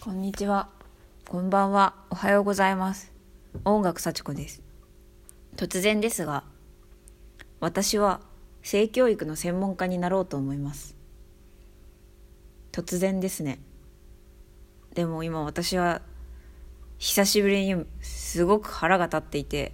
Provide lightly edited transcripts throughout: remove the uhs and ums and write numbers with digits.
こんにちは、こんばんは、おはようございます。音楽幸子です。突然ですが、私は性教育の専門家になろうと思います。突然ですね。でも今私は久しぶりにすごく腹が立っていて、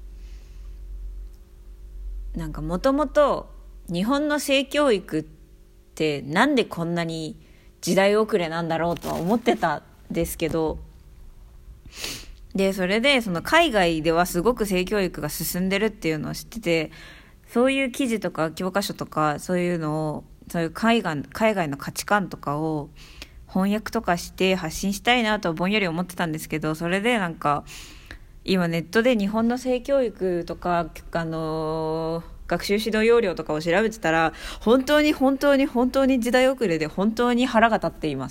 もともと日本の性教育ってなんでこんなに時代遅れなんだろうとは思ってたんですけど、でそれでその海外ではすごく性教育が進んでるっていうのを知ってて、そういう記事とか教科書とかそういうのを、そういう海外の価値観とかを翻訳とかして発信したいなとぼんやり思ってたんですけど、それで今ネットで日本の性教育とか学習指導要領とかを調べてたら、本当に時代遅れで本当に腹が立っています。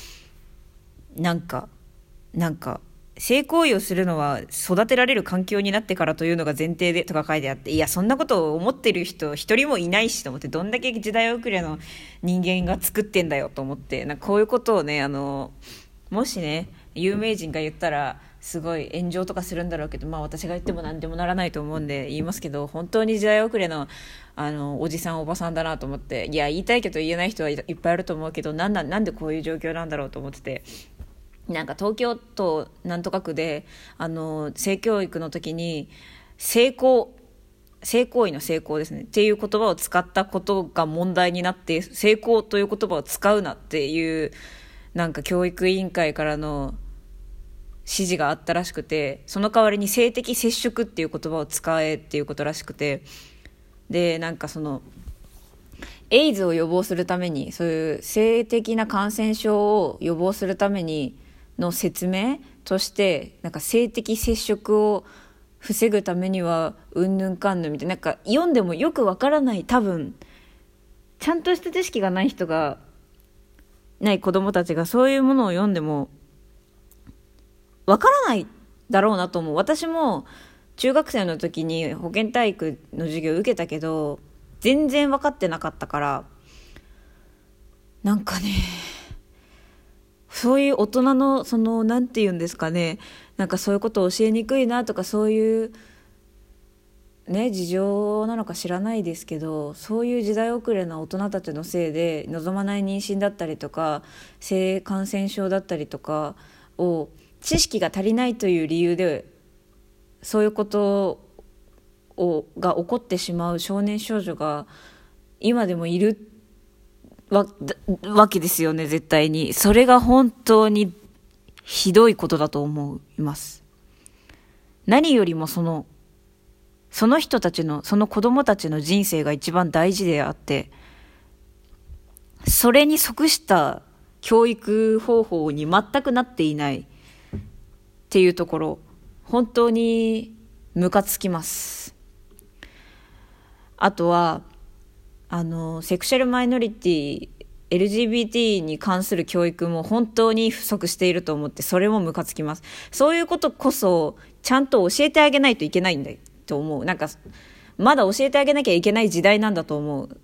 性行為をするのは育てられる環境になってからというのが前提でとか書いてあって、いやそんなことを思ってる人一人もいないしと思って、どんだけ時代遅れの人間が作ってんだよと思って、こういうことをね、もしね有名人が言ったらすごい炎上とかするんだろうけど、私が言っても何でもならないと思うんで言いますけど、本当に時代遅れのおじさんおばさんだなと思って、いや言いたいけど言えない人はいっぱいいると思うけど、なんでこういう状況なんだろうと思ってて、東京都なんとか区で性教育の時に性行為の成功ですねっていう言葉を使ったことが問題になって、性交という言葉を使うなっていう教育委員会からの指示があったらしくて、その代わりに性的接触っていう言葉を使えっていうことらしくて、でエイズを予防するために、そういう性的な感染症を予防するためにの説明として、性的接触を防ぐためにはうんぬんかんぬんみたいな、読んでもよくわからない、多分ちゃんとした知識がない人がない子供たちがそういうものを読んでもわからないだろうなと思う。私も中学生の時に保健体育の授業を受けたけど全然分かってなかったから、そういう大人のなんて言うんですかね、そういうことを教えにくいなとか、そういうね事情なのか知らないですけど、そういう時代遅れな大人たちのせいで望まない妊娠だったりとか性感染症だったりとかを、知識が足りないという理由でそういうことが起こってしまう少年少女が今でもいるわけですよね、絶対に。それが本当にひどいことだと思います。何よりもその人たちの、その子供たちの人生が一番大事であって、それに即した教育方法に全くなっていないっていうところ、本当にムカつきます。あとはセクシャルマイノリティ LGBT に関する教育も本当に不足していると思って、それもムカつきます。そういうことこそちゃんと教えてあげないといけないんだと思う。まだ教えてあげなきゃいけない時代なんだと思う。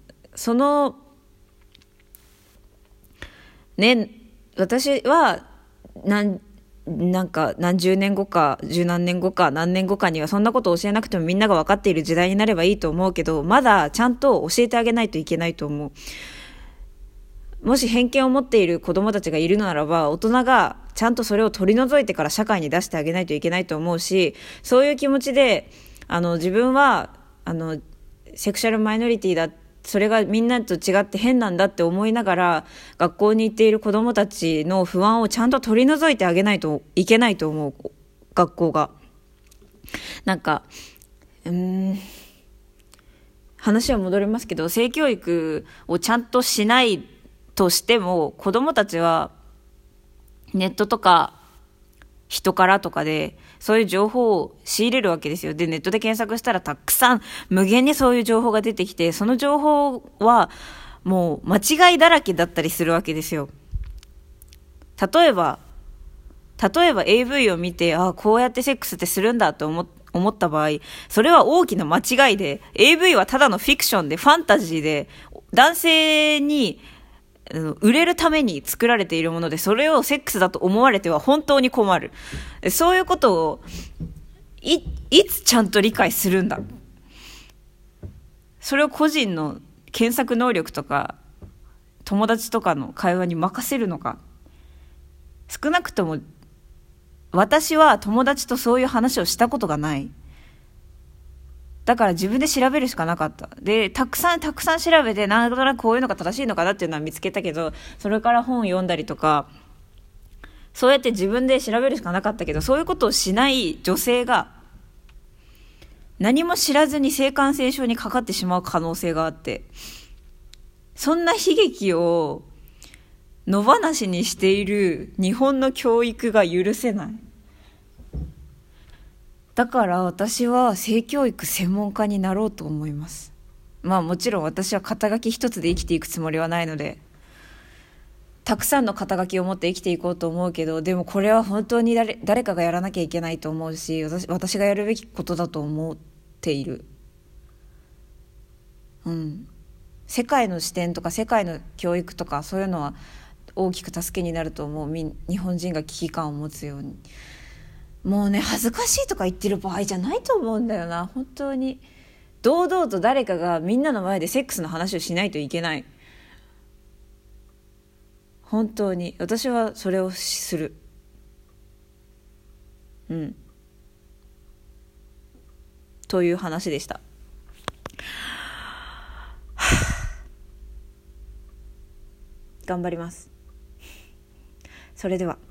私は何十年後か十何年後か何年後かにはそんなことを教えなくてもみんなが分かっている時代になればいいと思うけど、まだちゃんと教えてあげないといけないと思う。もし偏見を持っている子供たちがいるのならば、大人がちゃんとそれを取り除いてから社会に出してあげないといけないと思うし、そういう気持ちで自分はセクシャルマイノリティだ、それがみんなと違って変なんだって思いながら学校に行っている子どもたちの不安をちゃんと取り除いてあげないといけないと思う、学校が。話は戻りますけど、性教育をちゃんとしないとしても子どもたちはネットとか人からとかでそういう情報を仕入れるわけですよ。でネットで検索したらたくさん無限にそういう情報が出てきて、その情報はもう間違いだらけだったりするわけですよ。例えば AV を見て、こうやってセックスってするんだと思った場合、それは大きな間違いで、 AV はただのフィクションでファンタジーで、男性に売れるために作られているもので、それをセックスだと思われては本当に困る。そういうことをいつちゃんと理解するんだ。それを個人の検索能力とか友達とかの会話に任せるのか。少なくとも私は友達とそういう話をしたことがない。だから自分で調べるしかなかった。で、たくさん調べて、なんとなくこういうのが正しいのかなっていうのは見つけたけど、それから本を読んだりとか、そうやって自分で調べるしかなかったけど、そういうことをしない女性が何も知らずに性感染症にかかってしまう可能性があって、そんな悲劇を野放しにしている日本の教育が許せない。だから私は性教育専門家になろうと思います。まあもちろん私は肩書き一つで生きていくつもりはないので、たくさんの肩書きを持って生きていこうと思うけど、でもこれは本当に誰かがやらなきゃいけないと思うし、私がやるべきことだと思っている。世界の視点とか世界の教育とかそういうのは大きく助けになると思う。日本人が危機感を持つように。もうね、恥ずかしいとか言ってる場合じゃないと思うんだよな。本当に堂々と誰かがみんなの前でセックスの話をしないといけない。本当に私はそれをする。という話でした。頑張ります。それでは。